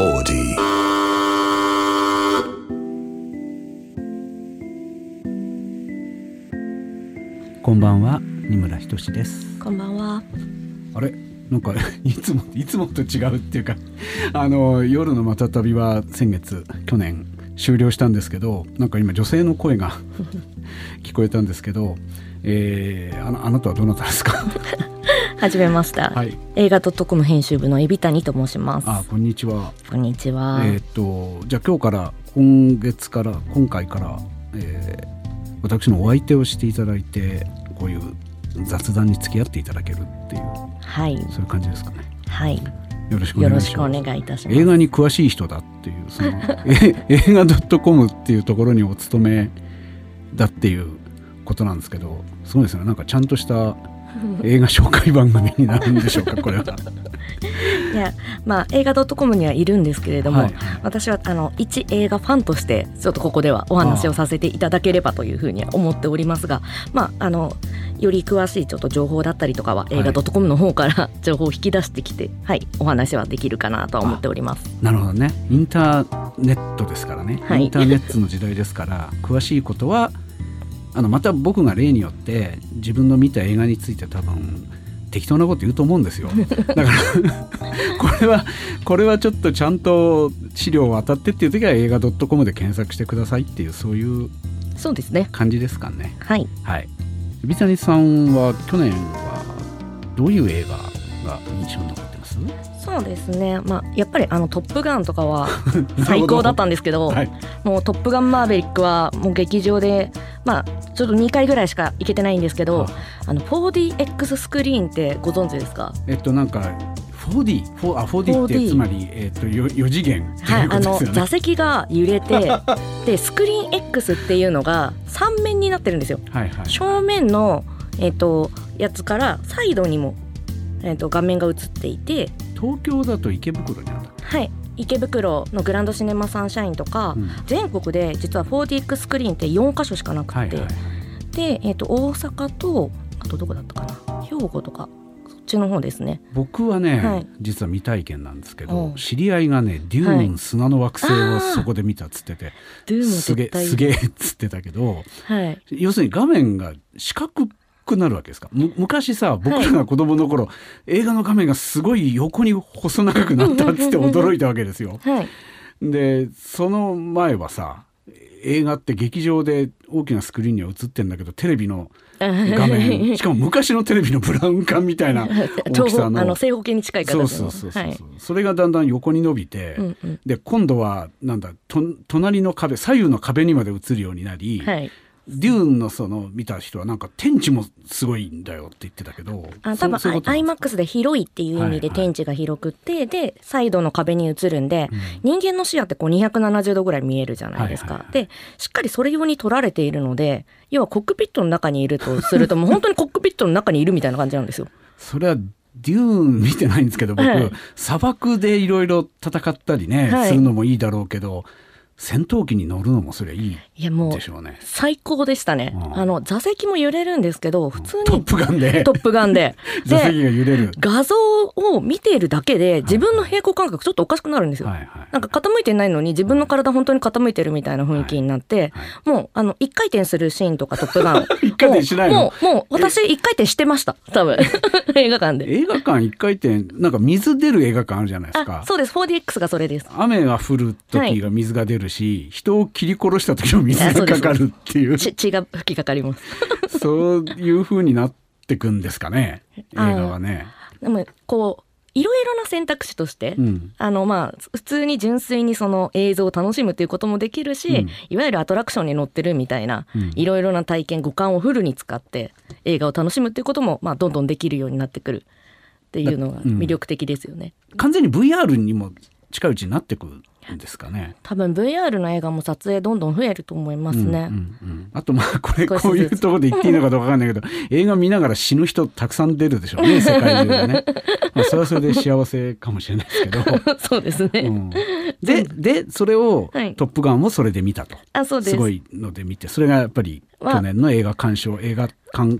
4D。 こんばんは、二村仁です。 こんばんは。 あれ、なんかいつもと違うっていうか夜のまた旅は去年終了したんですけど、なんか今女性の声が聞こえたんですけど、あなたはどなたですか？ はじめました、はい、映画.com 編集部の海老谷と申します。 こんにちは。 こんにちは。 じゃあ今回から、私のお相手をしていただいて、こういう雑談に付き合っていただけるっていう、はい、そういう感じですかね。 はい、 よろしくお願いいたします。映画に詳しい人だっていう、その映画.com っていうところにお勤めだっていうことなんですけど、すごいですね。なんかちゃんとした映画紹介番組になるんでしょうか、これは。 いや、映画.com にはいるんですけれども、私は一映画ファンとしてちょっとここではお話をさせていただければというふうに思っておりますが、より詳しいちょっと情報だったりとかは映画.com の方から情報を引き出してきて、お話はできるかなとは思っております。 なるほどね。インターネットですからね、インターネットの時代ですから詳しいことはまた僕が例によって自分の見た映画について多分適当なこと言うと思うんですよ。だからこれはちょっとちゃんと資料を当たってっていう時は映画.com で検索してくださいっていう、そういう感じですかね。はい、はい。海老谷さんは去年はどういう映画が印象に残ってます？ そうですね、やっぱりトップガンとかは最高だったんですけど、はい、もうトップガンマーヴェリックはもう劇場でちょっと2回ぐらいしか行けてないんですけど、4DX スクリーンってご存知ですか？ なんか 4D ってつまり、4次元っていうことですよね。 座席が揺れてでスクリーン X っていうのが3面になってるんですよ。はいはい、正面の、やつからサイドにも、画面が映っていて、 東京だと池袋にあるんだ。 はい、池袋のグランドシネマサンシャインとか、全国で実は 4DX スクリーンって4カ所しかなくて、で、大阪とあとどこだったかな、兵庫とかそっちの方ですね。 僕はね、実は未体験なんですけど、知り合いがねデューン、砂の惑星をそこで見たっつってて、すげえっつってたけど、要するに画面が四角くなるわけですか？昔さ、僕らが子供の頃、映画の画面がすごい横に細長くなったっつって驚いたわけですよ。でその前はさ、映画って劇場で大きなスクリーンには映ってるんだけど、テレビの画面しかも昔のテレビのブラウン管みたいな大きさの正方形に近い形の、 それがだんだん横に伸びて、で今度は隣の壁、左右の壁にまで映るようになり、デューンのその見た人はなんか天地もすごいんだよって言ってたけど、 多分IMAX で広いっていう意味で天地が広くって、でサイドの壁に映るんで、人間の視野ってこう270度ぐらい見えるじゃないですか。でしっかりそれ用に撮られているので、要はコックピットの中にいるとするともう本当にコックピットの中にいるみたいな感じなんですよ。 それはデューン見てないんですけど、僕、砂漠でいろいろ戦ったりね、するのもいいだろうけど、戦闘機に乗るのもそれいいでしょうね。 最高でしたね。座席も揺れるんですけど、普通にトップガンで座席が揺れる。 画像を見ているだけで自分の平衡感覚ちょっとおかしくなるんですよ。なんか傾いてないのに自分の体本当に傾いてるみたいな雰囲気になって、もう一回転するシーンとかトップガン一回転しないの？ もう私一回転してました多分映画館で。 映画館一回転、なんか水出る映画館あるじゃないですか。 そうです、 4DX がそれです。 雨が降る時が水が出るし、人を切り殺した時の水がかかるっていう、 血が吹きかかりますそういう風になってくんですかね、映画はね。 でもこういろいろな選択肢として、普通に純粋にその映像を楽しむということもできるし、いわゆるアトラクションに乗ってるみたいな、いろいろな体験、五感をフルに使って映画を楽しむということも、どんどんできるようになってくるっていうのが魅力的ですよね。 完全に VR にも近いうちになってくるんですかね。 多分 VR の映画も撮影どんどん増えると思いますね。 あとこういうところで言っていいのかどうかわかんないけど、映画見ながら死ぬ人たくさん出るでしょうね、世界中でね。それはそれで幸せかもしれないですけどそうですね、 でそれを、トップガンもそれで見たと。 そうです。 すごいので見て、それがやっぱり去年の映画鑑賞、映画館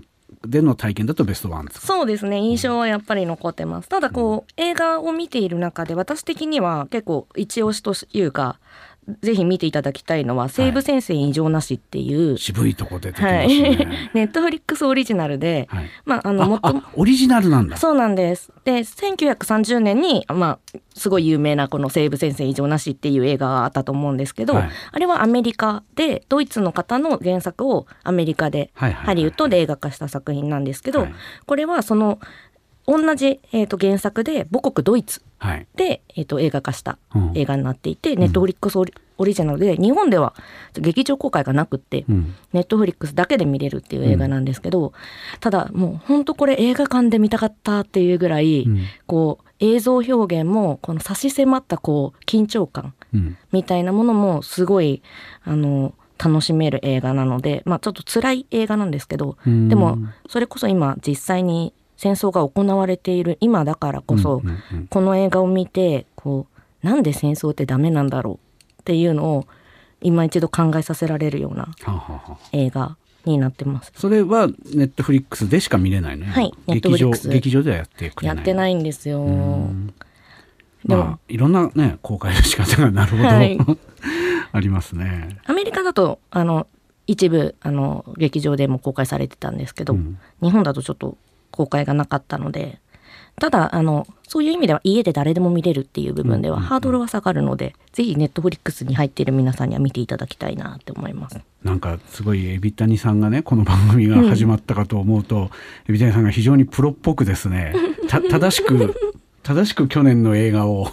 での体験だとベストワンですか？ そうですね、印象はやっぱり残ってます。ただこう、映画を見ている中で私的には結構一押しというか、ぜひ見ていただきたいのは西部戦線異常なしっていう、 渋いとこ出てきますね。 ネットフリックスオリジナルで、もっとオリジナルなんだ。 そうなんです。で1930年に、すごい有名なこの西部戦線異常なしっていう映画があったと思うんですけど、あれはアメリカでドイツの方の原作をアメリカで、ハリウッドで映画化した作品なんですけど、これはその同じ、原作で母国ドイツで、映画化した映画になっていて、ネットフリックスオリジナルで日本では劇場公開がなくって、ネットフリックスだけで見れるっていう映画なんですけど、ただもう本当これ映画館で見たかったっていうぐらい、こう映像表現もこの差し迫ったこう緊張感みたいなものもすごい楽しめる映画なので、ちょっと辛い映画なんですけど、でもそれこそ今実際に戦争が行われている今だからこそ、この映画を見てこうなんで戦争ってダメなんだろうっていうのを今一度考えさせられるような映画になってます。 それはネットフリックスでしか見れないの？ はい、ネットフリックス劇場ではやってくれない？ やってないんですよ。 でも、いろんなね公開の仕方がなるほど、ありますね。 アメリカだと一部劇場でも公開されてたんですけど、日本だとちょっと公開がなかったので、ただそういう意味では家で誰でも見れるっていう部分ではハードルは下がるので、ぜひネットフリックスに入っている皆さんには見ていただきたいなって思います。 なんかすごい海老谷さんがねこの番組が始まったかと思うと、海老谷さんが非常にプロっぽくですね正しく去年の映画を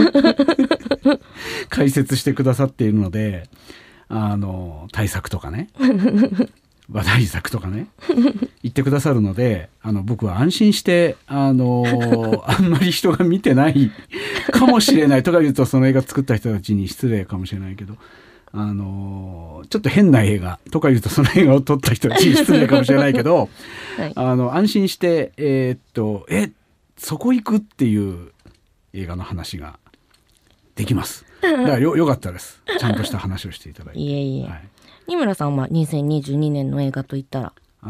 解説してくださっているので、対策とかね話題作とかね言ってくださるので、僕は安心してあんまり人が見てないかもしれないとか言うとその映画作った人たちに失礼かもしれないけど、ちょっと変な映画とか言うとその映画を撮った人たちに失礼かもしれないけど、安心してそこ行くっていう映画の話ができます。だからよかったです。ちゃんとした話をしていただいて。 いえいえ、二村さんは2022年の映画といったら？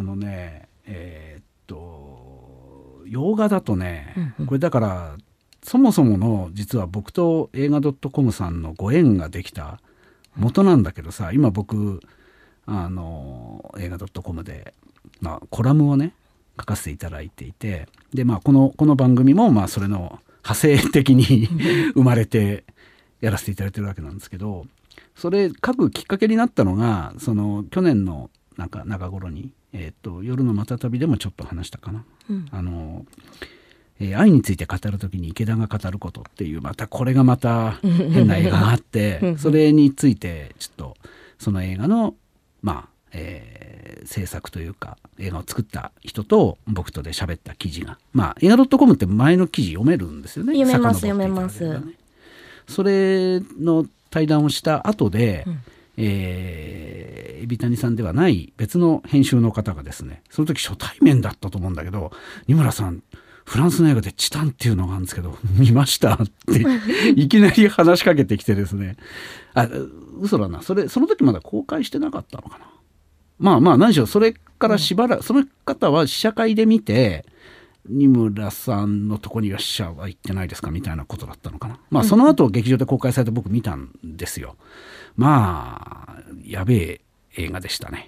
洋画だとね、これだからそもそもの実は僕と映画 .com さんのご縁ができた元なんだけどさ、今僕映画 .com で、コラムをね書かせていただいていて、でこの番組もそれの派生的に生まれてやらせていただいてるわけなんですけど、それ書くきっかけになったのがその去年の中頃に、夜のまた旅でもちょっと話したかな、愛について語るときに池田が語ることっていうこれがまた変な映画があってそれについてちょっとその映画の制作というか映画を作った人と僕とで喋った記事が、映画 .com って前の記事読めるんですよね。 読めます。 それの対談をした後で、海老谷さんではない別の編集の方がですね、その時初対面だったと思うんだけど、二村さんフランスの映画でチタンっていうのがあるんですけど見ましたっていきなり話しかけてきてですね、嘘だな、その時まだ公開してなかったのかな。何しろそれからしばらく、その方は試写会で見て二村さんのとこには試写は行ってないですかみたいなことだったのかな。その後劇場で公開されて僕見たんですよ。やべえ映画でしたね。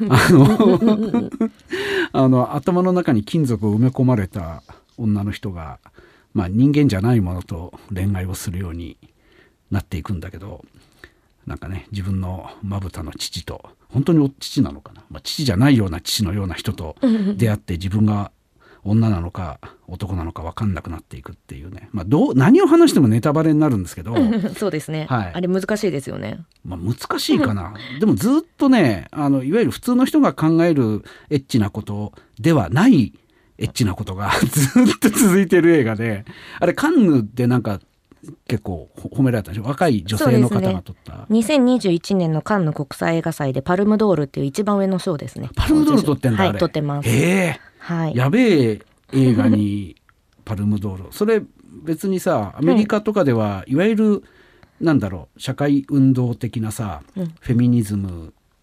頭の中に金属を埋め込まれた女の人が、人間じゃないものと恋愛をするようになっていくんだけど、なんかね、自分のまぶたの父と本当に父なのかな、父じゃないような父のような人と出会って自分が女なのか男なのか分かんなくなっていくっていうね、何を話してもネタバレになるんですけどそうですね、あれ難しいですよね。 難しいかなでもずっとねいわゆる普通の人が考えるエッチなことではないエッチなことがずっと続いてる映画で、あれカンヌでなんか結構褒められたでしょ、若い女性の方が撮った、 2021年のカンヌ国際映画祭でパルムドールっていう一番上の賞ですね。 パルムドール撮ってんだ、あれ。 撮ってます。 やべえ映画にパルムドールそれ別にさアメリカとかでは、いわゆる社会運動的なさ、フェミニズム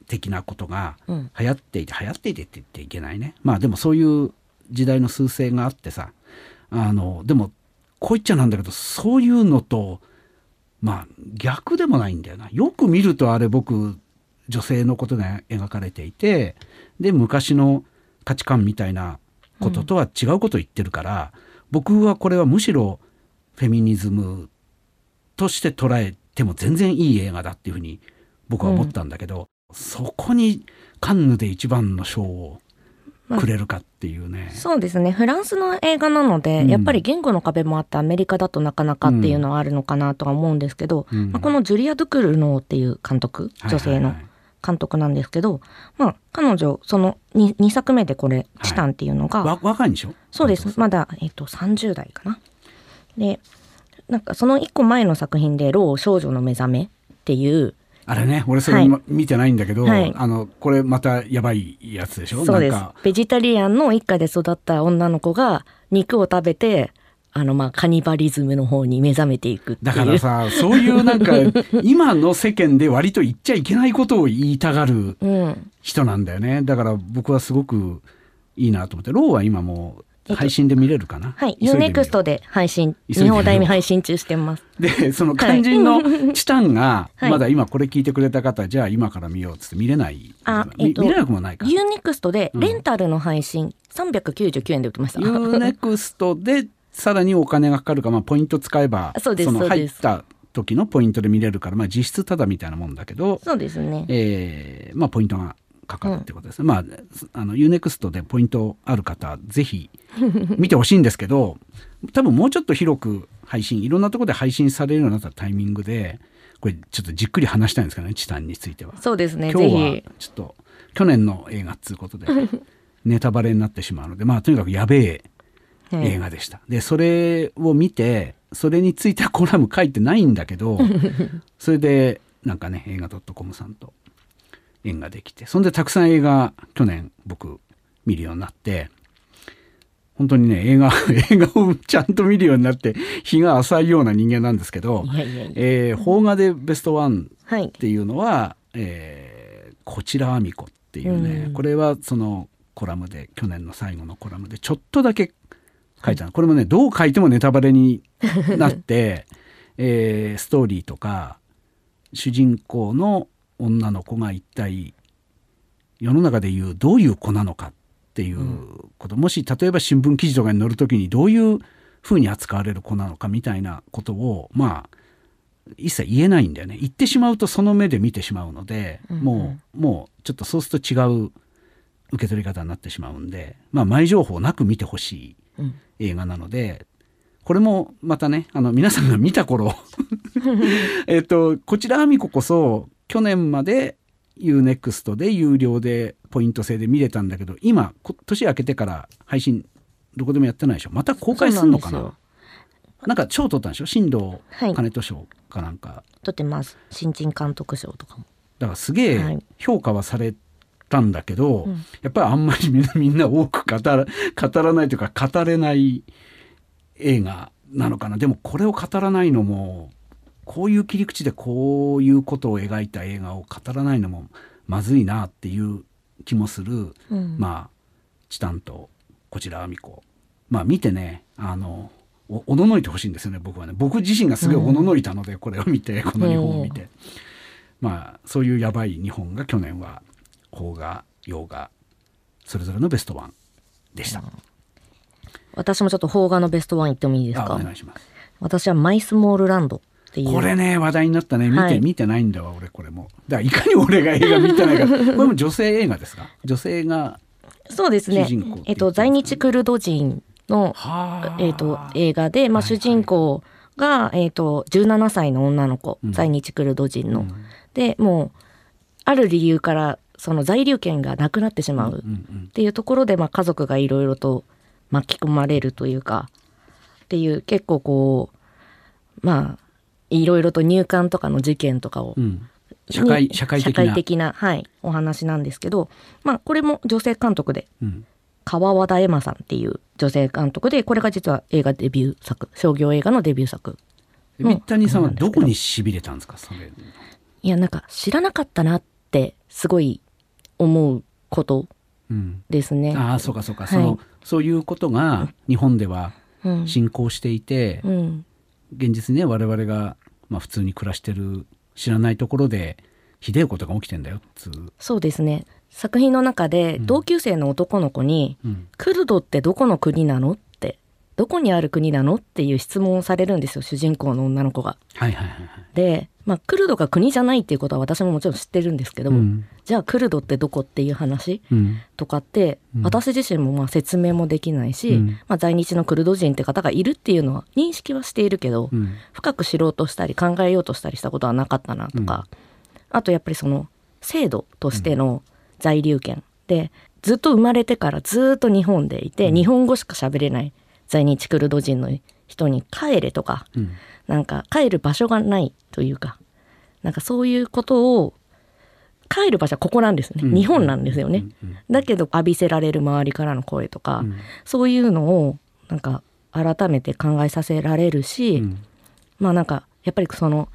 的なことが流行っていて、流行っていてって言っていけないね。まあでもそういう時代の趨勢があってさ、でもこう言っちゃなんだけど、そういうのとまあ逆でもないんだよな。よく見るとあれ僕女性のことが描かれていて、で昔の価値観みたいなこととは違うことを言ってるから、僕はこれはむしろフェミニズムとして捉えても全然いい映画だっていうふうに僕は思ったんだけど、そこにカンヌで一番の賞をくれるかっていうね、 そうですね。フランスの映画なので、やっぱり言語の壁もあってアメリカだとなかなかっていうのはあるのかなとは思うんですけど、このジュリア・ドゥクルノーっていう監督、女性の監督なんですけど、彼女その 2作目でこれ「チタン」っていうのが、 若いんでしょ。 そうです。まだ、30代かな。でなんかその1個前の作品で「ロー少女の目覚め」っていうあれね、俺それ見てないんだけど、これまたやばいやつでしょ。 そうです。ベジタリアンの一家で育った女の子が肉を食べてカニバリズムの方に目覚めていくっていう。 だからさ、そういうなんか今の世間で割と言っちゃいけないことを言いたがる人なんだよね。だから僕はすごくいいなと思って。ローは今もう配信で見れるかな。 はい、UNEXT で配信、見放題配信中してます。 でその肝心のチタンがまだ今これ聞いてくれた方、じゃあ今から見ようっつって見れない、見れなくもないか。 UNEXT でレンタルの配信、399円で売ってました。 UNEXT でさらにお金がかかるか、ポイント使えばその入った時のポイントで見れるから、実質ただみたいなもんだけど、 そうですね。 ポイントがかかるってことですね。UNEXT でポイントある方ぜひ見てほしいんですけど、多分もうちょっと広く配信、いろんなところで配信されるようになったタイミングでこれちょっとじっくり話したいんですかね、チタンについては。 そうですね。 今日はちょっと去年の映画っつうことでネタバレになってしまうので、とにかくやべえ映画でした。でそれを見て、それについてはコラム書いてないんだけどそれでなんかね、映画 .com さんと縁ができて、そんでたくさん映画去年僕見るようになって、本当にね映画をちゃんと見るようになって日が浅いような人間なんですけど、邦画でベストワンっていうのは、こちらあみこっていうね、これはそのコラムで、去年の最後のコラムでちょっとだけ書いたの。これもねどう書いてもネタバレになってストーリーとか主人公の女の子が一体世の中でいうどういう子なのかっていうこと、もし例えば新聞記事とかに載るときにどういうふうに扱われる子なのかみたいなことを一切言えないんだよね。言ってしまうとその目で見てしまうので、もうちょっとそうすると違う受け取り方になってしまうんで、前情報なく見てほしい映画なので、これもまたね、皆さんが見た頃こちらあみここそ去年まで UNEXT で有料でポイント制で見れたんだけど、今年明けてから配信どこでもやってないでしょ。また公開するのかな。なんか賞取ったんでしょ、新藤兼人賞かなんか、 取ってます。新人監督賞とかも。 だからすげえ評価はされたんだけど、やっぱりあんまりみんな多く語らないというか語れない映画なのかな。でもこれを語らないのも、こういう切り口でこういうことを描いた映画を語らないのもまずいなっていう気もする、チタンとこちらあみこ、見てね、おののいてほしいんですよね。僕はね、僕自身がすごいおののいたので、これを見て、この日本を見て、そういうやばい日本が去年は邦画洋画それぞれのベストワンでした。 私もちょっと邦画のベストワン言ってもいいですか。 お願いします。 私はマイスモールランドっていう、 これね話題になったね。見てないんだわ俺。これもだからいかに俺が映画見てないかこれも女性映画ですか。女性がそうですね、在日クルド人の、映画で、主人公が、17歳の女の子、在日クルド人の、でもうある理由からその在留権がなくなってしまうっていうところで、家族がいろいろと巻き込まれるというかっていう、結構こういろいろと入管とかの事件とかを、社会的な、お話なんですけど、これも女性監督で、川和田恵馬さんっていう女性監督で、これが実は映画デビュー作、商業映画のデビュー作。 三谷さんはどこにしびれたんですか。それいやなんか知らなかったなっってすごい思うことですね。 そうかそうか、そういうことが日本では進行していて、現実にね我々が、普通に暮らしてる知らないところでひでえことが起きてんだよっつう。 そうですね。作品の中で同級生の男の子に、クルドってどこの国なのって、どこにある国なのっていう質問をされるんですよ、主人公の女の子が。で、クルドが国じゃないっていうことは私ももちろん知ってるんですけど、じゃあクルドってどこっていう話、とかって、私自身も説明もできないし、在日のクルド人って方がいるっていうのは認識はしているけど、深く知ろうとしたり考えようとしたりしたことはなかったなとか、あとやっぱりその制度としての在留権で、ずっと生まれてからずっと日本でいて、日本語しか喋れない在日クルド人の人に帰れとか、なんか帰る場所がないというか、なんかそういうことを、帰る場所はここなんですね、日本なんですよね。だけど浴びせられる周りからの声とか、そういうのをなんか改めて考えさせられるし、なんかやっぱりその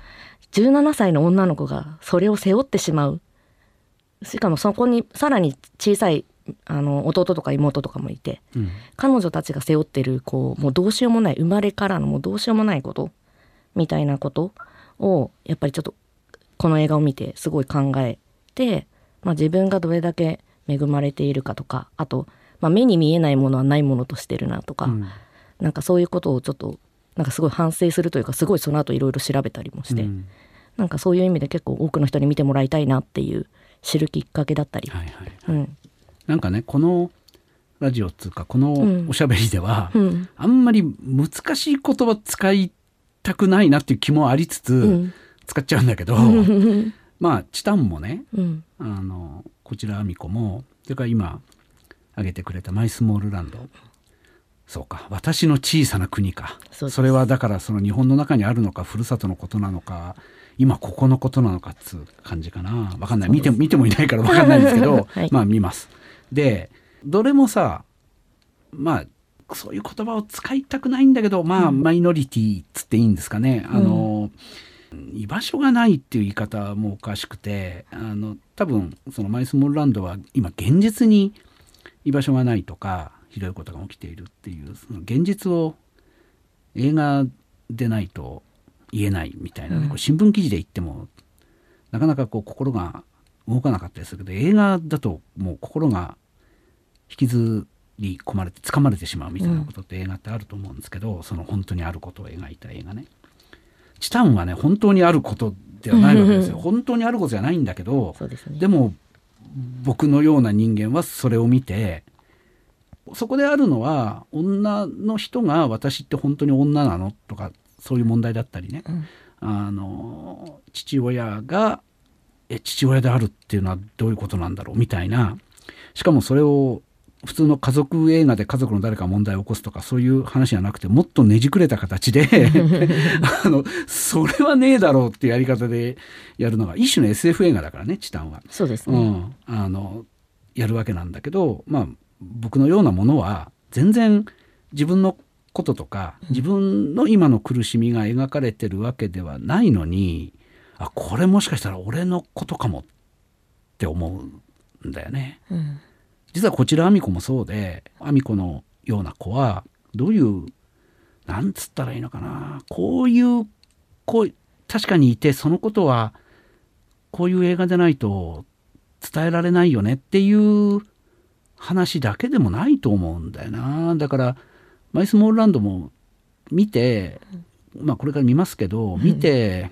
17歳の女の子がそれを背負ってしまう、しかもそこにさらに小さい弟とか妹とかもいて、彼女たちが背負ってるもうどうしようもない、生まれからのもうどうしようもないことみたいなことをやっぱりちょっとこの映画を見てすごい考えて、自分がどれだけ恵まれているかとか、あと、目に見えないものはないものとしてるなとか、なんかそういうことをちょっとなんかすごい反省するというか、すごいその後いろいろ調べたりもして、なんかそういう意味で結構多くの人に見てもらいたいなっていう知るきっかけだったり、 なんかね、このラジオっていうかこのおしゃべりでは、あんまり難しい言葉使いたくないなっていう気もありつつ、使っちゃうんだけどチタンもね、こちらアミコも、それから今挙げてくれたマイスモールランド、そうか、私の小さな国か、それはだからその日本の中にあるのか、ふるさとのことなのか、今ここのことなのかっつう感じかな。分かんない、見てもいないから分かんないんですけど見ます。でどれもさ、そういう言葉を使いたくないんだけど、マイノリティっつっていいんですかね、居場所がないっていう言い方もおかしくて、多分そのマイスモールランドは今現実に居場所がないとかひどいことが起きているっていう、その現実を映画でないと言えないみたいなね、これ新聞記事で言ってもなかなか心が動かなかったりするけど、映画だともう心が引きずり込まれて掴まれてしまうみたいなことって映画ってあると思うんですけど、その本当にあることを描いた映画ね。チタンはね、本当にあることではないわけですよ。本当にあることじゃないんだけど、でも僕のような人間はそれを見て、そこであるのは女の人が私って本当に女なのとか、そういう問題だったりね、父親が父親であるっていうのはどういうことなんだろうみたいな、しかもそれを普通の家族映画で家族の誰かが問題を起こすとかそういう話じゃなくて、もっとねじくれた形でそれはねえだろうっていうやり方でやるのが一種の SF 映画だからね、チタンは。 そうですね、 やるわけなんだけど、僕のようなものは全然自分のこととか自分の今の苦しみが描かれてるわけではないのに、これもしかしたら俺のことかもって思うんだよね。実はこちらアミコもそうで、アミコのような子はどういう、なんつったらいいのかな、こういう子確かにいて、そのことはこういう映画でないと伝えられないよねっていう話だけでもないと思うんだよな。だからマイスモールランドも見て、これから見ますけど、見て、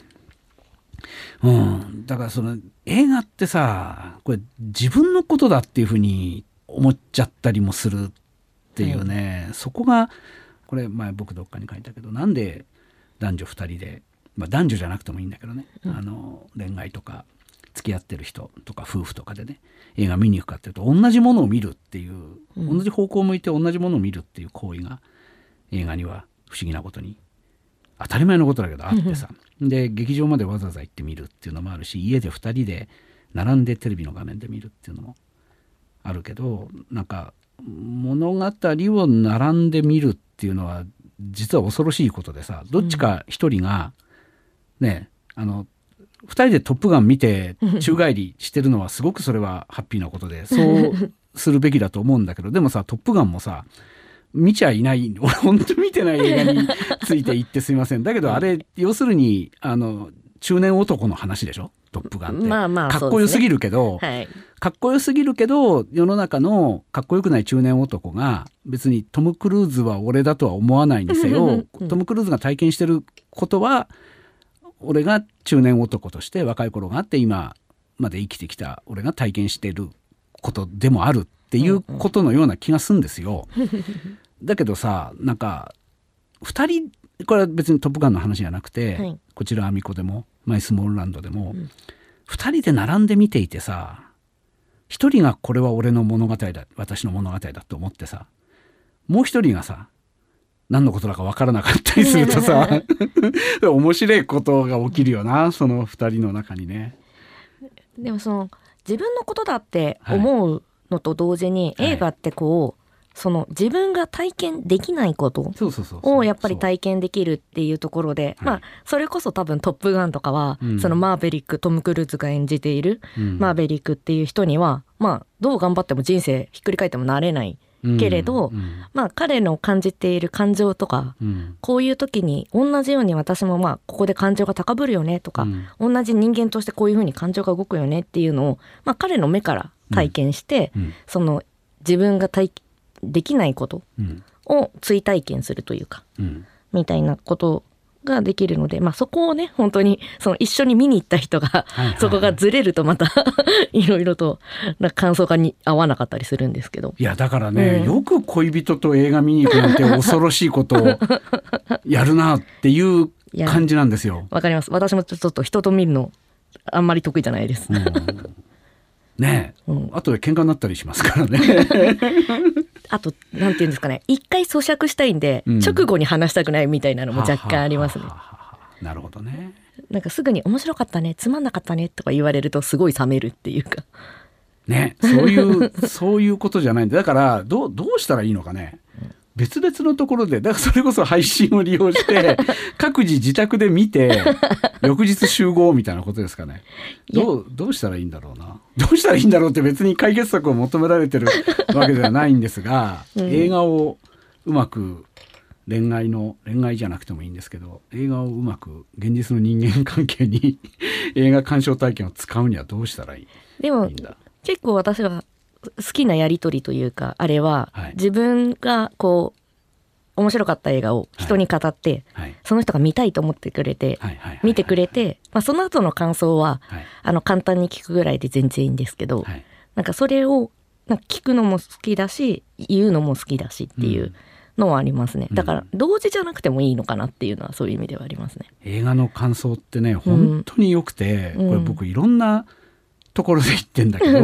だからその映画ってさ、これ自分のことだっていうふうに思っちゃったりもするっていうね、そこがこれ前僕どっかに書いたけど、なんで男女2人で、男女じゃなくてもいいんだけどね、恋愛とか付き合ってる人とか夫婦とかでね、映画見に行くかっていうと、同じものを見るっていう、同じ方向を向いて同じものを見るっていう行為が映画には不思議なことに当たり前のことだけどあってさ、で劇場までわざわざ行って見るっていうのもあるし、家で2人で並んでテレビの画面で見るっていうのもあるけど、なんか物語を並んで見るっていうのは実は恐ろしいことでさ、どっちか一人がね、 2人でトップガン見て宙返りしてるのはすごくそれはハッピーなことでそうするべきだと思うんだけど、でもさトップガンもさ見ちゃいない、俺本当見てない映画について言ってすみません。だけどあれ要するに中年男の話でしょ、トップガンって。 まあまあかっこよすぎるけど、 はい、 かっこよすぎるけど世の中のかっこよくない中年男が別にトム・クルーズは俺だとは思わないにせよトム・クルーズが体験してることは俺が中年男として若い頃があって今まで生きてきた俺が体験してることでもあるっていうことのような気がするんですよ。だけどさ、なんか2人、これは別にトップガンの話じゃなくて、はい、こちらアミコでもマイスモールランドでも、2人で並んで見ていてさ、1人がこれは俺の物語だ、私の物語だと思ってさ、もう1人がさ何のことだか分からなかったりするとさ面白いことが起きるよな、その2人の中にね。 でもその自分のことだって思うのと同時に、はい、映画ってこうその自分が体験できないことをやっぱり体験できるっていうところで、まあそれこそ多分トップガンとかは、そのマーベリック、トム・クルーズが演じているマーベリックっていう人には、まあどう頑張っても人生ひっくり返ってもなれないけれど、まあ彼の感じている感情とか、こういう時に同じように私もまあここで感情が高ぶるよねとか、同じ人間としてこういうふうに感情が動くよねっていうのを、まあ彼の目から体験して、その自分ができないことを追体験するというか、みたいなことができるので、まあそこをね本当にその一緒に見に行った人がそこがずれるとまたいろいろと感想が合わなかったりするんですけど。 いやだからね、よく恋人と映画見に行くなんて恐ろしいことをやるなっていう感じなんですよ。 わかります。私もちょっと人と見るのあんまり得意じゃないです。 ねえ、後で喧嘩になったりしますからね。 あとなんていうんですかね、一回咀嚼したいんで、直後に話したくないみたいなのも若干ありますね。 なるほどね。 なんかすぐに面白かったね、つまんなかったねとか言われるとすごい冷めるっていうかね、そういうことじゃないんで、だからどうしたらいいのかね。別々のところで、だからそれこそ配信を利用して各自自宅で見て翌日集合みたいなことですかね。どうしたらいいんだろうな。どうしたらいいんだろうって別に解決策を求められてるわけではないんですが、映画をうまく恋愛じゃなくてもいいんですけど、映画をうまく現実の人間関係に映画鑑賞体験を使うにはどうしたらいいんだ。 でも結構私は好きなやり取りというか、あれは自分がこう面白かった映画を人に語って、その人が見たいと思ってくれて見てくれて、その後の感想は簡単に聞くぐらいで全然いいんですけど、なんかそれをなんか聞くのも好きだし言うのも好きだしっていうのはありますね。だから同時じゃなくてもいいのかなっていうのはそういう意味ではありますね。 映画の感想ってね本当に良くて、これ僕いろんなところで言ってんだけど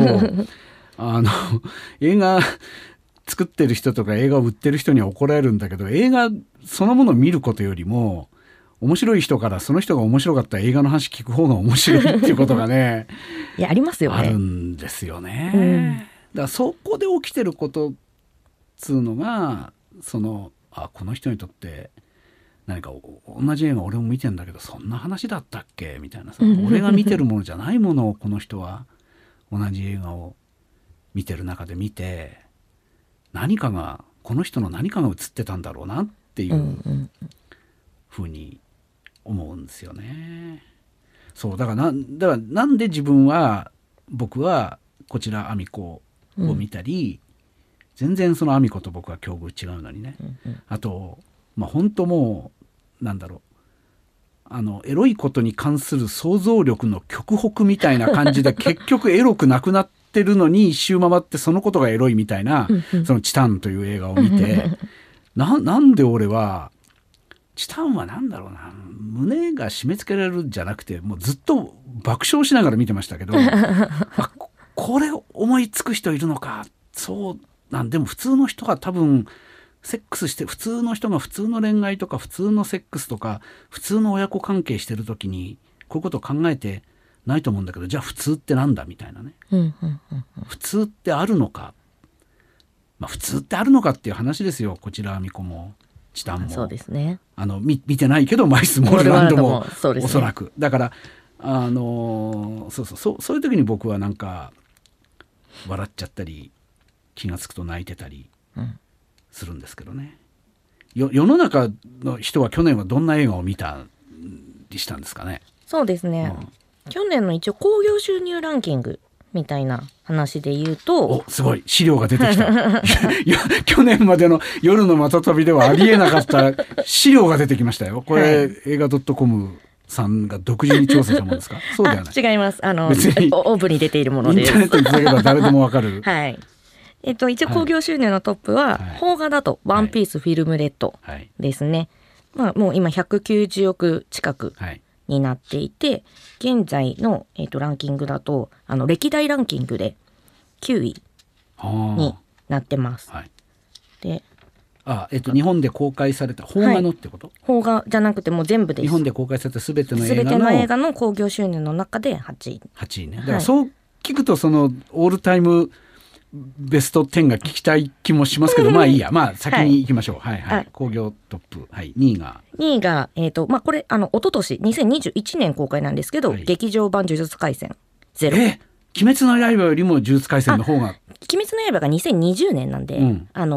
映画作ってる人とか映画を売ってる人には怒られるんだけど、映画そのものを見ることよりも面白い人からその人が面白かった映画の話聞く方が面白いっていうことがねいやありますよね。 あるんですよね。だからそこで起きてることっつうのがこの人にとって何か同じ映画俺も見てんだけどそんな話だったっけみたいなさ、俺が見てるものじゃないものをこの人は同じ映画を見てる中で見てこの人の何かが映ってたんだろうなっていうふうに思うんですよね。そうだからなんで僕はこちらアミコを見たり、全然そのアミコと僕は境遇違うのにね、あと本当もうなんだろうエロいことに関する想像力の極北みたいな感じで結局エロくなくなってるのに一周回ってそのことがエロいみたいなそのチタンという映画を見てなんで俺はチタンはなんだろうな、胸が締め付けられるんじゃなくてもうずっと爆笑しながら見てましたけどこれ思いつく人いるのか。そうなんでも普通の人が多分セックスして普通の人が普通の恋愛とか普通のセックスとか普通の親子関係してる時にこういうことを考えてないと思うんだけど、じゃあ普通ってなんだみたいなね、普通ってあるのか、普通ってあるのかっていう話ですよ。こちらアミコもチタンもそうですね。 見てないけどマイスモールランドもおそらくだからそういう時に僕はなんか笑っちゃったり気がつくと泣いてたりするんですけどね。世の中の人は去年はどんな映画を見たりしたんですかね。 そうですね、去年の一応興行収入ランキングみたいな話で言うと、 すごい資料が出てきた去年までの夜のまたたびではありえなかった資料が出てきましたよ。これ、映画 .com さんが独自に調査したものですか？そうではない。 違います。別にオープンに出ているものです。 インターネットにつなげば誰でもわかるはい。一応興行収入のトップは、邦画だとワンピースフィルムレッドですね。もう今190億近くになっていて、現在の、ランキングだと歴代ランキングで9位になってます。で、 日本で公開された邦画のってこと？ 邦画じゃなくてもう全部です。 日本で公開された全ての映画の興行収入の中で8 位ね。だからそう聞くとそのオールタイムベスト10が聞きたい気もしますけどまあいいや、まあ先に行きましょう。興行トップ、2位がこれ一昨年2021年公開なんですけど、劇場版呪術廻戦ゼロ。 鬼滅の刃よりも呪術廻戦の方が。 鬼滅の刃が2020年なんで、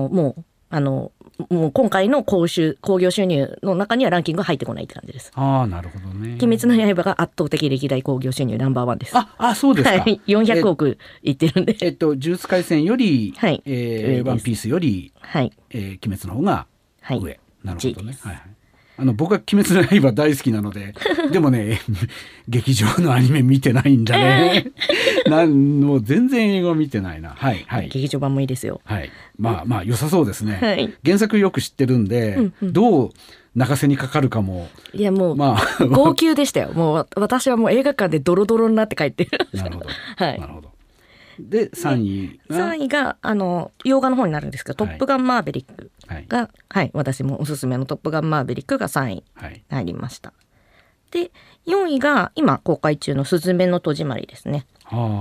もう今回の興行収入の中にはランキングが入ってこないって感じです。 なるほどね。 鬼滅の刃が圧倒的歴代興行収入ナンバー1です。 そうですか。 400億いってるんで。 呪術廻戦より、ワンピースより、鬼滅の方が上。なるほどね。僕は鬼滅の刃大好きなのででもね劇場のアニメ見てないんだねもう全然映画見てないな。 劇場版もいいですよ。 まあ良さそうですね。原作よく知ってるんで、どう泣かせにかかるかも。 いやもう、号泣でしたよ。もう私はもう映画館でドロドロになって帰ってる。 なるほど、なるほど。で3位が洋画の方になるんですけど、トップガンマーヴェリックが、私もおすすめのトップガンマーヴェリックが3位になりました。で4位が今公開中のすずめの戸締まりですね。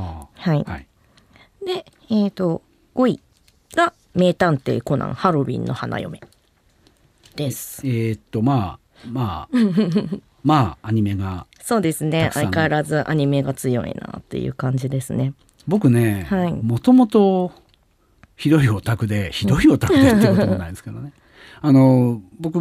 で5位が名探偵コナンハロウィンの花嫁です。 まあアニメがそうですね、相変わらずアニメが強いなっていう感じですね。 僕ね、もともとひどいオタクでっていうこともないんですけどね僕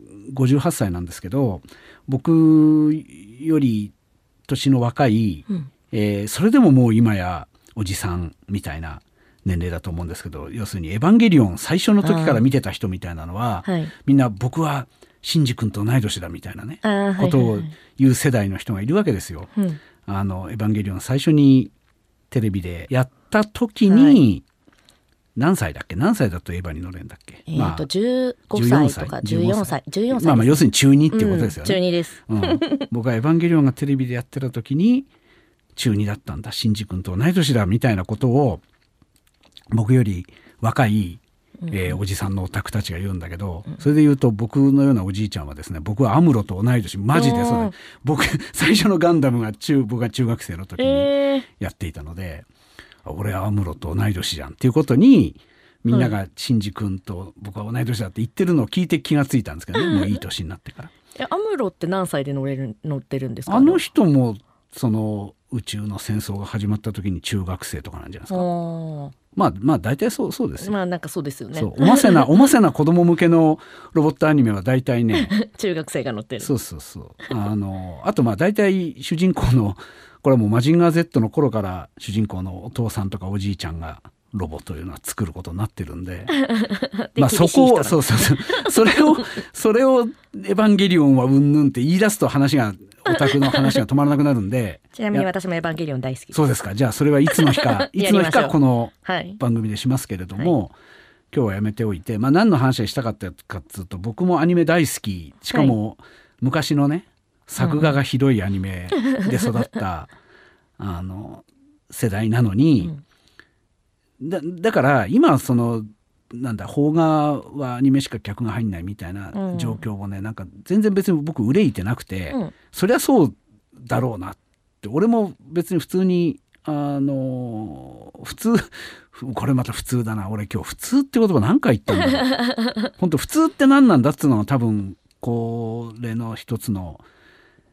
58歳なんですけど、僕より年の若い、それでももう今やおじさんみたいな年齢だと思うんですけど、要するにエヴァンゲリオン最初の時から見てた人みたいなのは、みんな僕はシンジ君と同い年だみたいなねことを言う世代の人がいるわけですよ。エヴァンゲリオン最初にテレビでやった時に、何歳だとエヴァに乗れるんだっけ。 15歳とか14歳要するに中2っていうことですよね。 中2です、 僕はエヴァンゲリオンがテレビでやってた時に中2だったんだ、シンジ君と同い年だみたいなことを僕より若い、おじさんのオタクたちが言うんだけど、それで言うと僕のようなおじいちゃんはですね、僕はアムロと同い年、マジでそれ僕最初のガンダムが僕が中学生の時にやっていたので、俺はアムロと同い年じゃんっていうことにみんながシンジ君と僕は同い年だって言ってるのを聞いて気がついたんですけどね、もういい年になってから。 アムロって何歳で乗ってるんですか？ あの人もその宇宙の戦争が始まった時に中学生とかなんじゃないですか。まあ大体そうですよ。 なんかそうですよね。 おませな子供向けのロボットアニメは大体ね中学生が乗ってる。 あと大体主人公のこれはもうマジンガー Z の頃から主人公のお父さんとかおじいちゃんがロボというのは作ることになってるんでそこをそれをエヴァンゲリオンはうんぬんって言い出すとオタクの話が止まらなくなるんでちなみに私もエヴァンゲリオン大好きです。 そうですか。じゃあそれはいつの日かこの番組でしますけれども、今日はやめておいて、何の話をしたかったかっていうと、僕もアニメ大好き、しかも昔のね作画がひどいアニメで育った世代なのに、だから今邦画はアニメしか客が入んないみたいな状況をね、なんか全然別に僕憂いてなくて、そりゃそうだろうなって、俺も別に普通に普通これまた普通だな、俺今日普通って言葉何回言ったんだろう本当普通って何なんだっつうのが多分これの一つの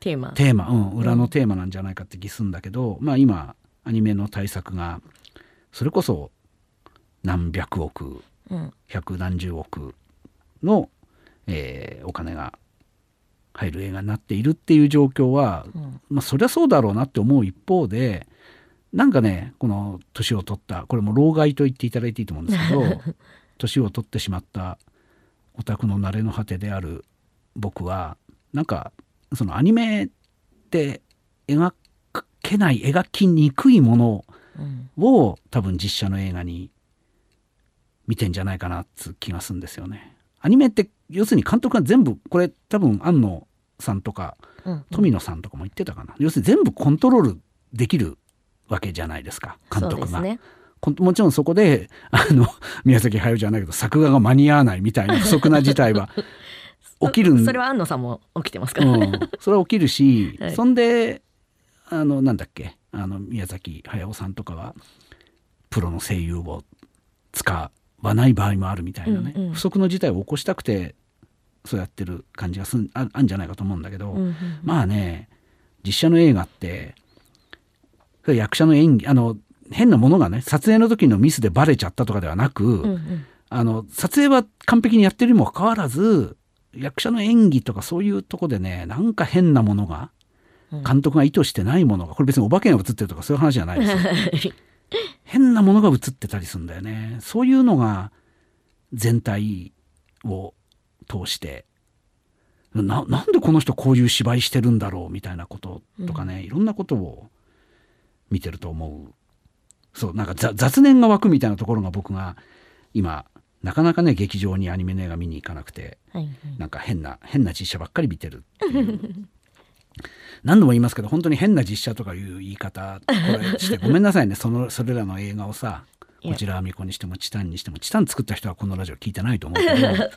テーマ、 裏のテーマなんじゃないかって気するんだけど、まあ今アニメの大作がそれこそ何百億、百何十億の、お金が入る映画になっているっていう状況は、まあそりゃそうだろうなって思う一方で、なんかね、この年を取った、これも老害と言っていただいていいと思うんですけど年を取ってしまったオタクの慣れの果てである僕は、なんかそのアニメって描きにくいものを多分実写の映画に見てんじゃないかなって気がするんですよね。アニメって要するに監督が全部、これ多分庵野さんとか富野さんとかも言ってたかな、要するに全部コントロールできるわけじゃないですか、監督が。そうですね。もちろんそこで宮崎駿じゃないけど作画が間に合わないみたいな不測な事態は起きるそれは庵野さんも起きてますからね、 それは起きるし、 はい、 そんでなんだっけ、宮崎駿さんとかはプロの声優を使わない場合もあるみたいなね、不測の事態を起こしたくてそうやってる感じがあるんじゃないかと思うんだけど、まあね、実写の映画って役者の演技、変なものがね、撮影の時のミスでバレちゃったとかではなく、撮影は完璧にやってるにもかかわらず役者の演技とかそういうとこでね、なんか変なものが、監督が意図してないものが、これ別にお化けが映ってるとかそういう話じゃないですよ変なものが映ってたりするんだよね。そういうのが全体を通してなんでこの人こういう芝居してるんだろうみたいなこととかね、いろんなことを見てると思う。そう、なんか雑念が湧くみたいなところが僕が今なかなかね、劇場にアニメの映画見に行かなくて、なんか変な実写ばっかり見てるっていう何度も言いますけど、本当に変な実写とかいう言い方これしてごめんなさいねそれらの映画をさ、こちらアミコにしてもチタンにしても、チタン作った人はこのラジオ聞いてないと思うけど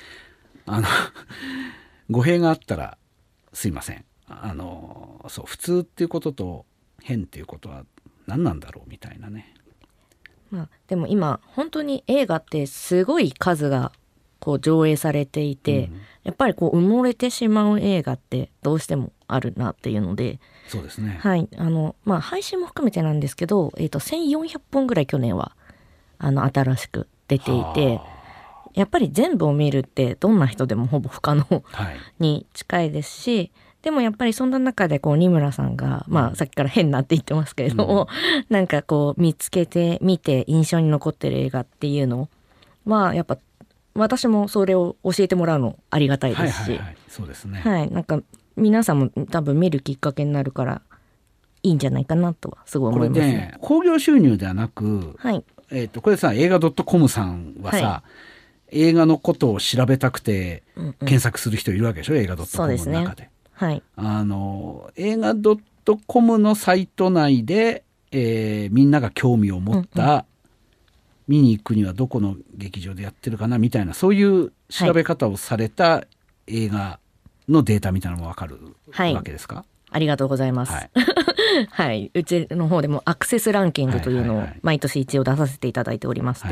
語弊があったらすいません。そう、普通っていうことと変っていうことは何なんだろうみたいなね。 でも今本当に映画ってすごい数がこう上映されていて、やっぱりこう埋もれてしまう映画ってどうしてもあるなっていうので。 そうですね。 はい、配信も含めてなんですけど、1400本ぐらい去年は新しく出ていて、やっぱり全部を見るってどんな人でもほぼ不可能に近いですし、でもやっぱりそんな中でこう二村さんが、さっきから変なって言ってますけれども、なんかこう見つけて見て印象に残ってる映画っていうのはやっぱ私もそれを教えてもらうのありがたいですし、 そうですね。 はい、なんか皆さんも多分見るきっかけになるからいいんじゃないかなとはすごい思いますね。 興行収入ではなく、これさ、映画 .com さんはさ、映画のことを調べたくて検索する人いるわけでしょ、映画 .com の中で。はい、映画 .com のサイト内で、みんなが興味を持った、見に行くにはどこの劇場でやってるかなみたいな、そういう調べ方をされた映画のデータみたいなのも分かるわけですか？ ありがとうございます。はい、うちの方でもアクセスランキングというのを毎年一応出させていただいておりまして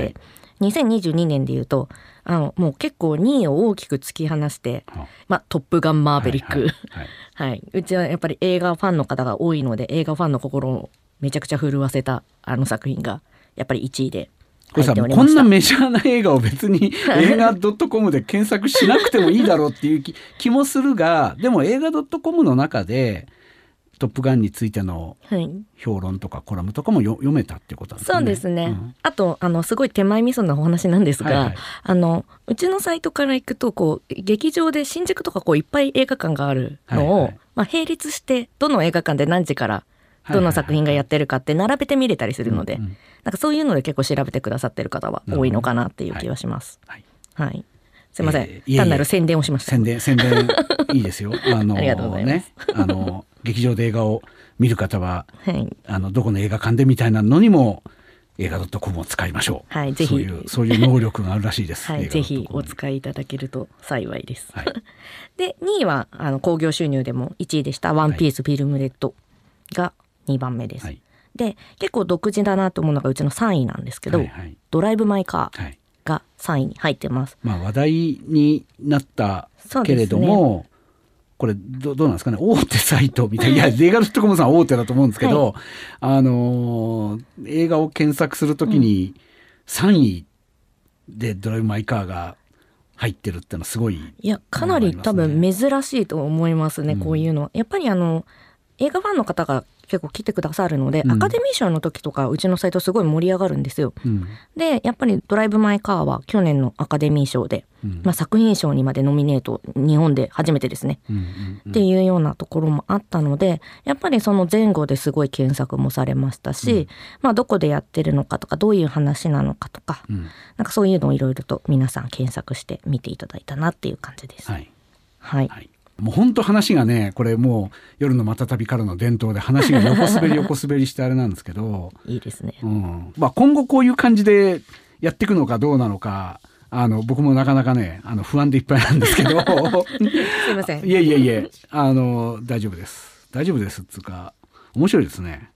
、2022年でいうともう結構2位を大きく突き放して、トップガンマーヴェリック、うちはやっぱり映画ファンの方が多いので、映画ファンの心をめちゃくちゃ震わせた作品がやっぱり1位で入っておりました。 こんなメジャーな映画を別に映画 .com で検索しなくてもいいだろうっていう気もするが、でも映画 .com の中でトップガンについての評論とかコラムとかも読めたっていうことなんですね。 そうですね、あとすごい手前味噌なお話なんですが、うちのサイトから行くとこう劇場で新宿とかこういっぱい映画館があるのを、並列してどの映画館で何時からどの作品がやってるかって並べて見れたりするので、なんかそういうので結構調べてくださってる方は多いのかなっていう気はします。すいません、単なる宣伝をしました。 宣伝いいですよ。 ありがとうございます。 劇場で映画を見る方は、どこの映画館でみたいなのにも映画 .com を使いましょう。ぜひそういう能力があるらしいです。 ぜひお使いいただけると幸いです。で2位は興行収入でも1位でしたワンピースフィルムレッドが2番目です。で結構独自だなと思うのがうちの3位なんですけど、ドライブ・マイ・カーが3位に入ってます。 話題になったけれども、 これどうなんですかね、大手サイトみたいな、いや映画.comさんは大手だと思うんですけど、映画を検索するときに3位でドライブ・マイ・カーが入ってるってのはすごい、 いやかなり多分珍しいと思いますね、こういうのは。やっぱり映画ファンの方が結構来てくださるので、アカデミー賞の時とかうちのサイトすごい盛り上がるんですよ。でやっぱりドライブ・マイ・カーは去年のアカデミー賞で、作品賞にまでノミネート、日本で初めてですね、っていうようなところもあったので、やっぱりその前後ですごい検索もされましたし、どこでやってるのかとかどういう話なのかとか、なんかそういうのをいろいろと皆さん検索して見ていただいたなっていう感じです。はい、はいはい、 もう本当話がね、これもう夜のまたたびからの伝統で話が横滑り横滑りしてあれなんですけどいいですね、 今後こういう感じでやっていくのかどうなのか、僕もなかなかね不安でいっぱいなんですけどすいません、 いえ大丈夫ですっつうか面白いですね。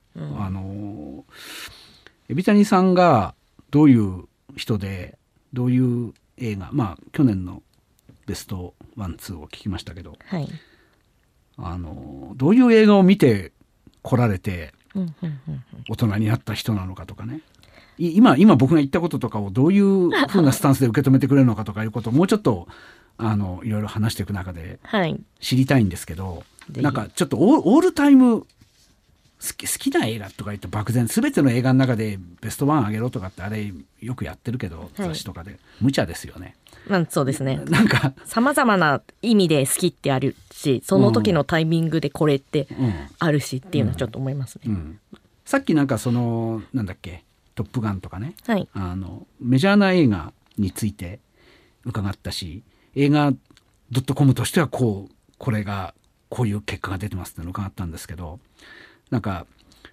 海老谷さんがどういう人でどういう映画、去年のベスト1、2を聞きましたけど、 はい、 どういう映画を見て来られて大人になった人なのかとかね、今僕が言ったこととかをどういう風なスタンスで受け止めてくれるのかとかいうことをもうちょっといろいろ話していく中で知りたいんですけど、なんかちょっとオールタイム好きな映画とか言って漠然全ての映画の中でベストワンあげろとかってあれよくやってるけど、雑誌とかで無茶ですよね。 そうですね。 なんか様々な意味で好きってあるし、その時のタイミングでこれってあるしっていうのはちょっと思いますね。 さっきなんかなんだっけ、トップガンとかね、 はい、 メジャーな映画について伺ったし、映画.comとしてはこれがこういう結果が出てますってのを伺ったんですけど、なんか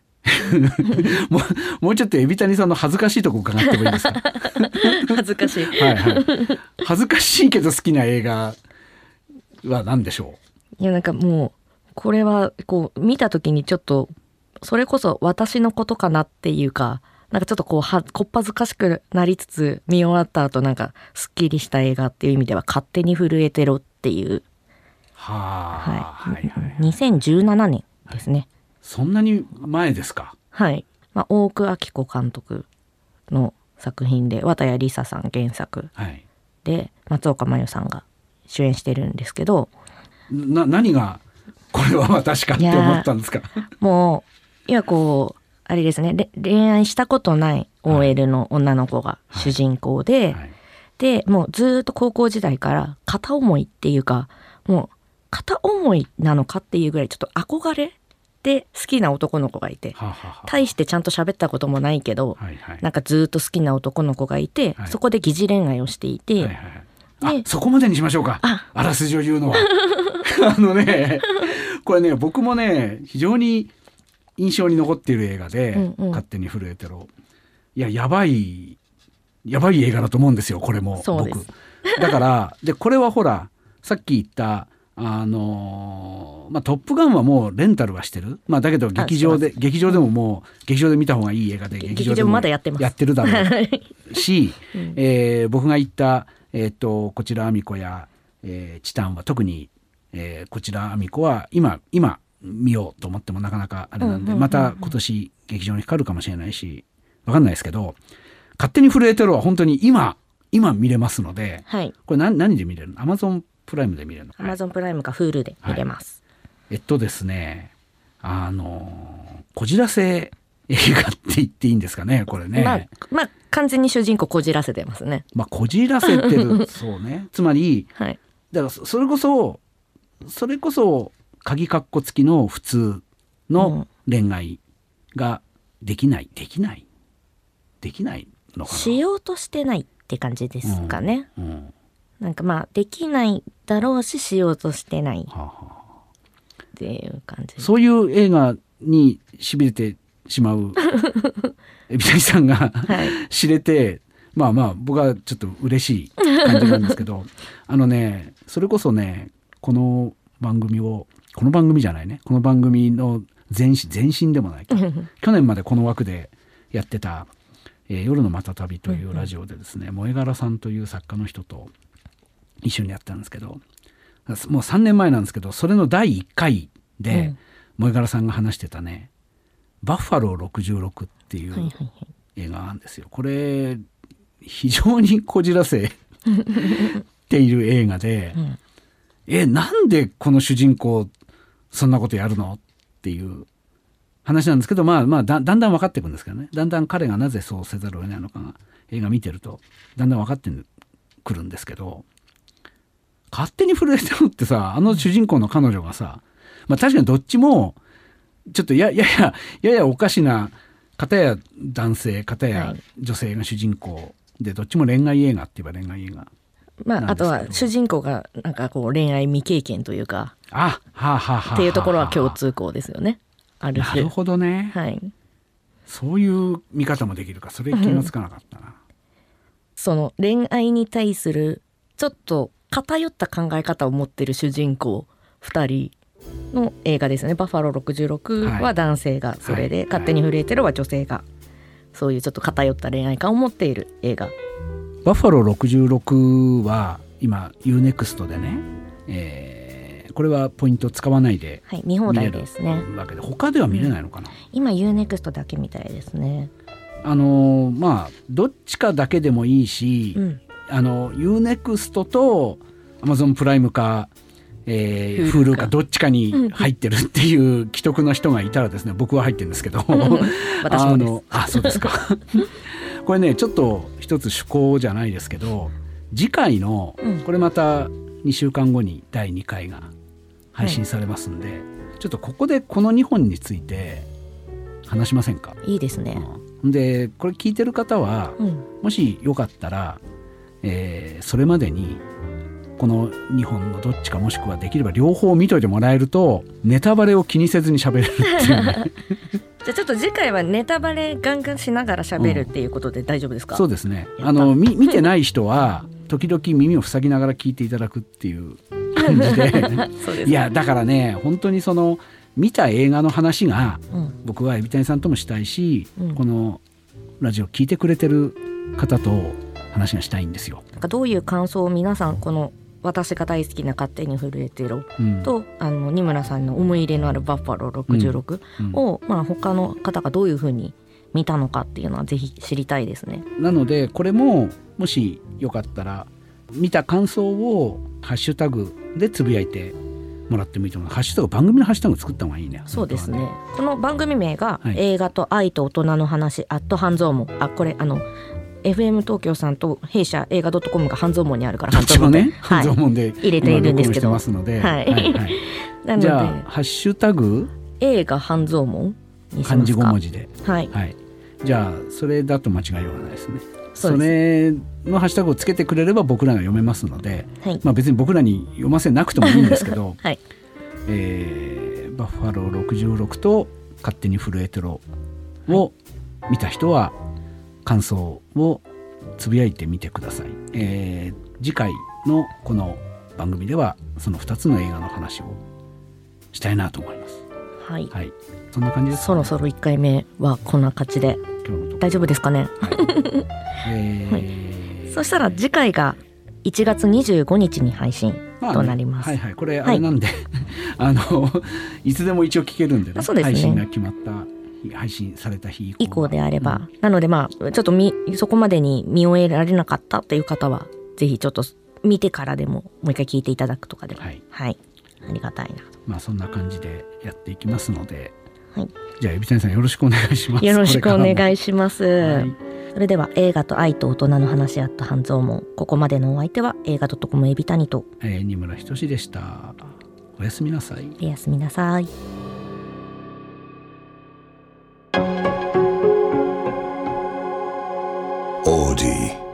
もうちょっと海老谷さんの恥ずかしいとこ伺ってもいいですか？ 恥ずかしいはい、恥ずかしいけど好きな映画は何でしょう？いやなんかもうこれはこう見た時にちょっとそれこそ私のことかなっていうか、なんかちょっとこっぱずかしくなりつつ見終わった後なんかすっきりした映画っていう意味では勝手に震えてろっていう、2017年ですね。 そんなに前ですか？ はい、大久昭子監督の作品で綿谷りささん原作で、松岡茉優さんが主演してるんですけど、 何がこれは私かって思ったんですか？ もうこうあれですね、恋愛したことない OL の女の子が主人公で、でもうずっと高校時代から片思いっていうか、もう片思いなのかっていうぐらいちょっと憧れで好きな男の子がいて、大してちゃんと喋ったこともないけど、なんかずっと好きな男の子がいて、そこで疑似恋愛をしていて、 そこまでにしましょうか、あらすじを言うのはこれね、僕もね非常に印象に残っている映画で、勝手に震えてろ、やばい映画だと思うんですよ、これも僕だからでこれはほらさっき言ったトップガンはもうレンタルはしてる、だけど劇場でももう劇場で見た方がいい映画で、劇場でもまだやってるだろうし、僕が言ったこちらあみこや、チタンは特に、こちらあみこは今見ようと思ってもなかなかあれなんで、また今年劇場に光るかもしれないし分かんないですけど、勝手に震えてるは本当に今見れますので、これ何で見れるの？ Amazon プライムで見れるの ？Amazon プライムか Hulu で見れます。 ですね、こじらせ映画って言っていいんですかね、これね。 完全に主人公こじらせてますね。 こじらせてるそうね。つまり、だからそれこそ鍵括弧付きの普通の恋愛ができないのかな。しようとしてないって感じですかね。なんかできないだろうしようとしてないっていう感じ。 そういう映画にしびれてしまう海老谷さんが知れて、僕はちょっと嬉しい感じなんですけどそれこそね、この番組じゃないね、この番組の前身でもないか去年までこの枠でやってた、夜のまたたびというラジオでですね、萌柄さんという作家の人と一緒にやったんですけど、 もう3年前なんですけど、それの第1回で萌柄さんが話してたね、バッファロー66っていう映画なんですよ。これ非常にこじらせている映画で、なんでこの主人公そんなことやるのっていう話なんですけど、だんだん分かっていくんですけどね。だんだん彼がなぜそうせざるを得ないのかが映画見てるとだんだん分かってくるんですけど、勝手に震えてるってさ、あの主人公の彼女がさ、確かにどっちもちょっとややおかしな、片や男性片や女性が主人公で、どっちも恋愛映画って言えば恋愛映画。 あとは主人公がなんかこう恋愛未経験というかっていうところは共通項ですよね。ある種。 なるほどね、 はい、 そういう見方もできるか。それ気がつかなかったな。 その恋愛に対するちょっと偏った考え方を持っている主人公2人の映画ですね。バッファロー66は男性がそれで、勝手に震えてるは女性がそういうちょっと偏った恋愛観を持っている映画。 バッファロー66は今 UNEXT でね、これはポイント使わないで見放題ですね。 わけで、他では見れないのかな。 今 UNEXT だけみたいですね。 どっちかだけでもいいし、UNEXT と Amazon プライムか、Hulu かどっちかに入ってるっていう既得の人がいたらですね、僕は入ってるんですけど私もです。 そうですかこれね、ちょっと一つ趣向じゃないですけど、次回のこれまた2週間後に第2回が配信されますんで、ちょっとここでこの2本について話しませんか。 いいですね。 でこれ聞いてる方は、もしよかったら、それまでにこの2本のどっちか、もしくはできれば両方見といてもらえると、ネタバレを気にせずに喋れるっていうねじゃあちょっと次回はネタバレガンガンしながら喋るっていうことで大丈夫ですか。 そうですね。見てない人は時々耳を塞ぎながら聞いていただくっていう感じでそうですね。 いやだからね、本当にその見た映画の話が、僕は海老谷さんともしたいし、このラジオ聞いてくれてる方と話がしたいんですよ。 なんかどういう感想を皆さん、この私が大好きな勝手に震えてろと、二村さんの思い入れのあるバッファロー66を、他の方がどういうふうに見たのかっていうのはぜひ知りたいですね。 なのでこれももしよかったら見た感想をハッシュタグでつぶやいてもらってもいいと思う。ハッシュタグ、番組のハッシュタグ作った方がいいね。 そうですね。この番組名が、映画と愛と大人の話半蔵門。これFM 東京さんと弊社映画 .com が半蔵門にあるから、 半蔵門で、半蔵門で入れているんですけど、 ますので、 なのでじゃあハッシュタグ映画半蔵門にしますか。 漢字5文字で、 はい、 じゃあそれだと間違いようがないですね。それのハッシュタグをつけてくれれば僕らが読めますので、別に僕らに読ませなくてもいいんですけど、バッファロー66と勝手に震えてろを見た人は感想をつぶやいてみてください。次回のこの番組ではその2つの映画の話をしたいなと思います。そんな感じですかね。 そろそろ1回目はこんな感じで大丈夫ですかね。そしたら次回が1月25日に配信となります。 これあれなんで、いつでも一応聞けるんでね。配信が決まった配信された日以降であれば、なのでちょっとそこまでに見終えられなかったという方はぜひちょっと見てからでももう一回聞いていただくとかでも、ありがたいな。 そんな感じでやっていきますので、じゃあ海老谷さんよろしくお願いします。 よろしくお願いします。それでは映画と愛と大人の話半蔵門。ここまでのお相手は映画.com海老谷と、 二村仁でした。おやすみなさい。 おやすみなさい。 オーディ